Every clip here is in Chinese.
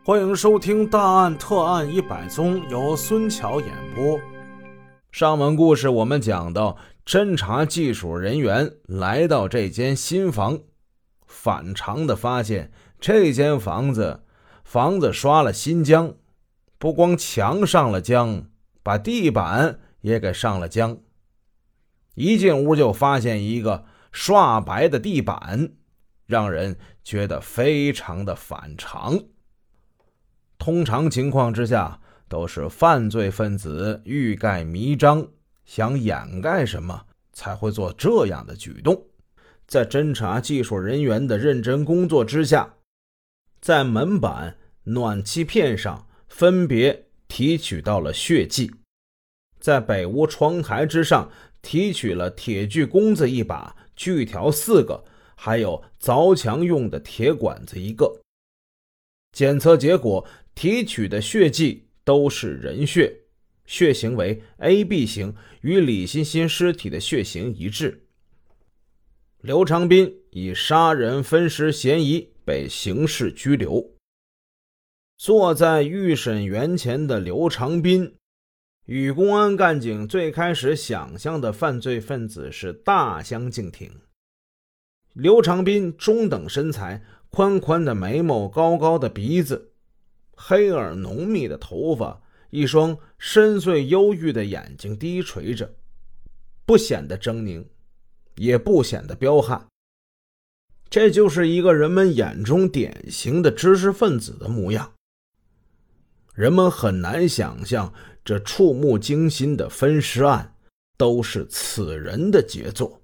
欢迎收听《大案特案100宗》，由孙桥演播。上文故事我们讲到，侦查技术人员来到这间新房，反常的发现这间房子刷了新浆，不光墙上了浆，把地板也给上了浆。一进屋就发现一个刷白的地板，让人觉得非常的反常。通常情况之下，都是犯罪分子欲盖弥彰，想掩盖什么才会做这样的举动。在侦查技术人员的认真工作之下，在门板、暖气片上分别提取到了血迹，在北屋窗台之上提取了铁锯弓子1把、锯条4个，还有凿墙用的铁管子1个。检测结果，提取的血迹都是人血，血型为 AB 型，与李欣欣尸体的血型一致。刘长斌以杀人分尸嫌疑被刑事拘留。坐在预审员前的刘长斌与公安干警最开始想象的犯罪分子是大相径庭。刘长斌中等身材，宽宽的眉毛，高高的鼻子，黑而浓密的头发，一双深邃忧郁的眼睛低垂着，不显得狰狞，也不显得彪悍。这就是一个人们眼中典型的知识分子的模样。人们很难想象，这触目惊心的分尸案都是此人的杰作。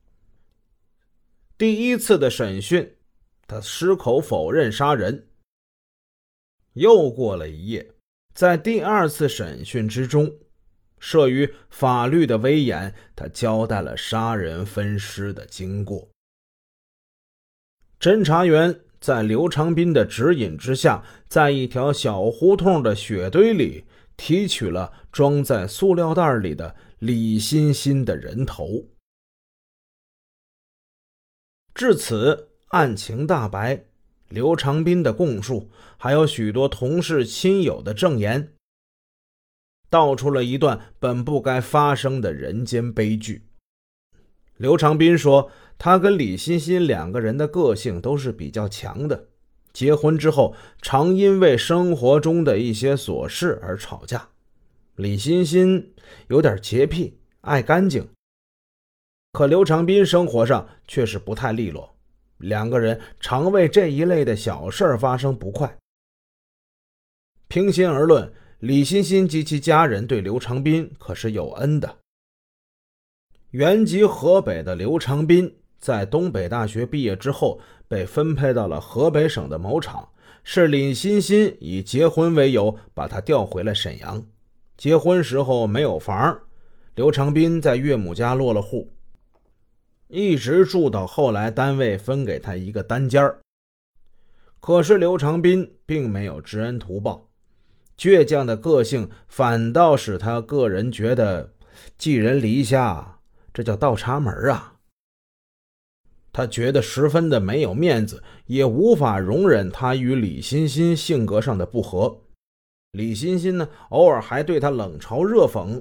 第一次的审讯，他矢口否认杀人。又过了一夜，在第二次审讯之中，慑于法律的威严，他交代了杀人分尸的经过。侦查员在刘长斌的指引之下，在一条小胡同的雪堆里提取了装在塑料袋里的李欣欣的人头。至此，案情大白，刘长斌的供述，还有许多同事亲友的证言，道出了一段本不该发生的人间悲剧。刘长斌说，他跟李欣欣2个人的个性都是比较强的，结婚之后常因为生活中的一些琐事而吵架。李欣欣有点洁癖，爱干净，可刘长斌生活上却是不太利落，2个人常为这一类的小事发生不快。平心而论，李欣欣及其家人对刘长斌可是有恩的。原籍河北的刘长斌在东北大学毕业之后被分配到了河北省的某厂，是李欣欣以结婚为由把他调回了沈阳。结婚时候没有房，刘长斌在岳母家落了户，一直住到后来单位分给他一个单间儿。可是刘长斌并没有知恩图报，倔强的个性反倒使他个人觉得寄人篱下，这叫倒插门啊。他觉得十分的没有面子，也无法容忍他与李欣欣性格上的不合。李欣欣呢，偶尔还对他冷嘲热讽，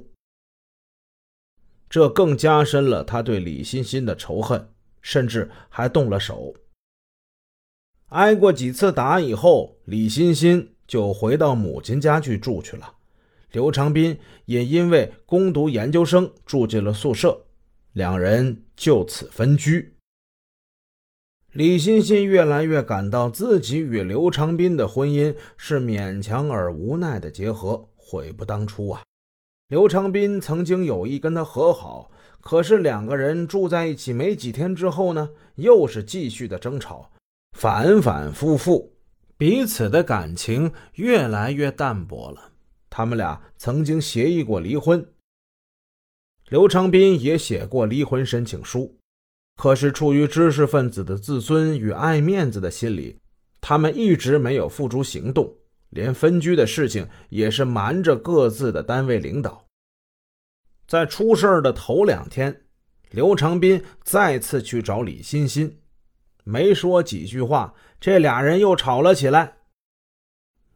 这更加深了他对李欣欣的仇恨，甚至还动了手。挨过几次打以后，李欣欣就回到母亲家去住去了。刘长斌也因为攻读研究生住进了宿舍，2人就此分居。李欣欣越来越感到自己与刘长斌的婚姻是勉强而无奈的结合，悔不当初啊。刘长斌曾经有意跟他和好，可是2个人住在一起没几天之后呢，又是继续的争吵，反反复复，彼此的感情越来越淡薄了。他们俩曾经协议过离婚，刘长斌也写过离婚申请书，可是出于知识分子的自尊与爱面子的心理，他们一直没有付诸行动，连分居的事情也是瞒着各自的单位领导。在出事的头2天，刘长斌再次去找李欣欣，没说几句话，这俩人又吵了起来。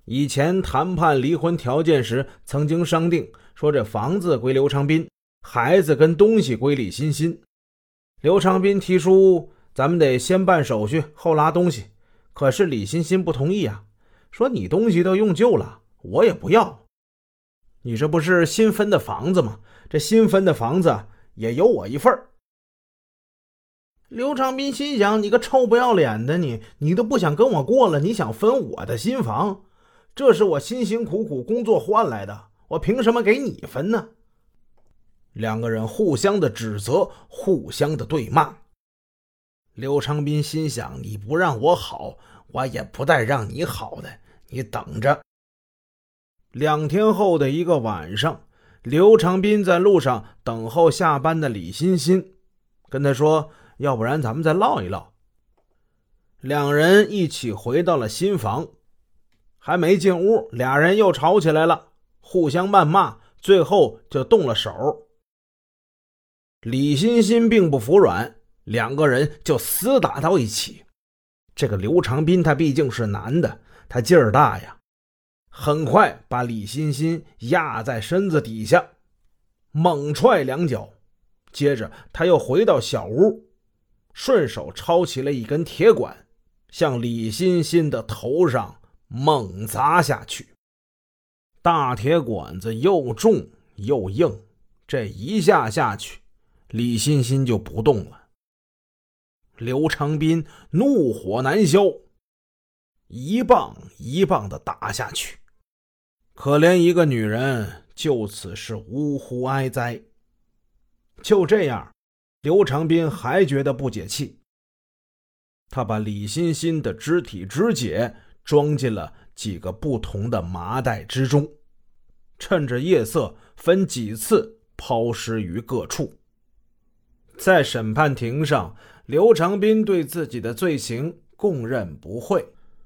以前谈判离婚条件时曾经商定，说这房子归刘长斌，孩子跟东西归李欣欣。刘长斌提出咱们得先办手续后拉东西，可是李欣欣不同意啊，说你东西都用旧了，我也不要。你这不是新分的房子吗？这新分的房子也有我一份儿。刘长斌心想，你个臭不要脸的你都不想跟我过了，你想分我的新房？这是我辛辛苦苦工作换来的，我凭什么给你分呢？两个人互相的指责，互相的对骂。刘长斌心想，你不让我好，我也不带让你好的，你等着。2天后的一个晚上，刘长斌在路上等候下班的李欣欣，跟他说，要不然咱们再唠一唠。两人一起回到了新房，还没进屋，俩人又吵起来了，互相谩骂，最后就动了手。李欣欣并不服软，两个人就厮打到一起。这个刘长斌他毕竟是男的，他劲儿大呀，很快把李欣欣压在身子底下，猛踹2脚。接着他又回到小屋，顺手抄起了一根铁管，向李欣欣的头上猛砸下去。大铁管子又重又硬，这一下下去，李欣欣就不动了。刘长斌怒火难消，一棒一棒的打下去。可怜一个女人就此是呜呼哀哉。就这样，刘长斌还觉得不解气，他把李欣欣的肢体肢解装进了几个不同的麻袋之中，趁着夜色分几次抛尸于各处。在审判庭上，刘长斌对自己的罪行供认不讳。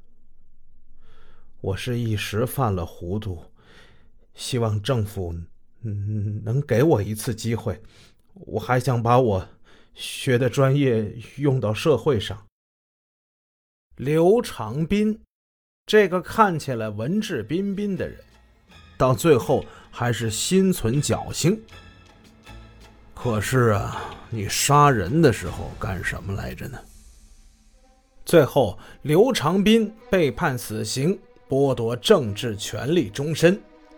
我是一时犯了糊涂，希望政府能给我一次机会，我还想把我学的专业用到社会上。刘长斌这个看起来文质彬彬的人，到最后还是心存侥幸。可是啊，你杀人的时候干什么来着呢？最后刘长斌被判死刑，剥夺政治权利终身。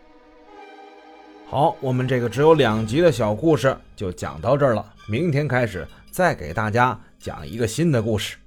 好，我们这个只有2集的小故事就讲到这儿了，明天开始再给大家讲一个新的故事。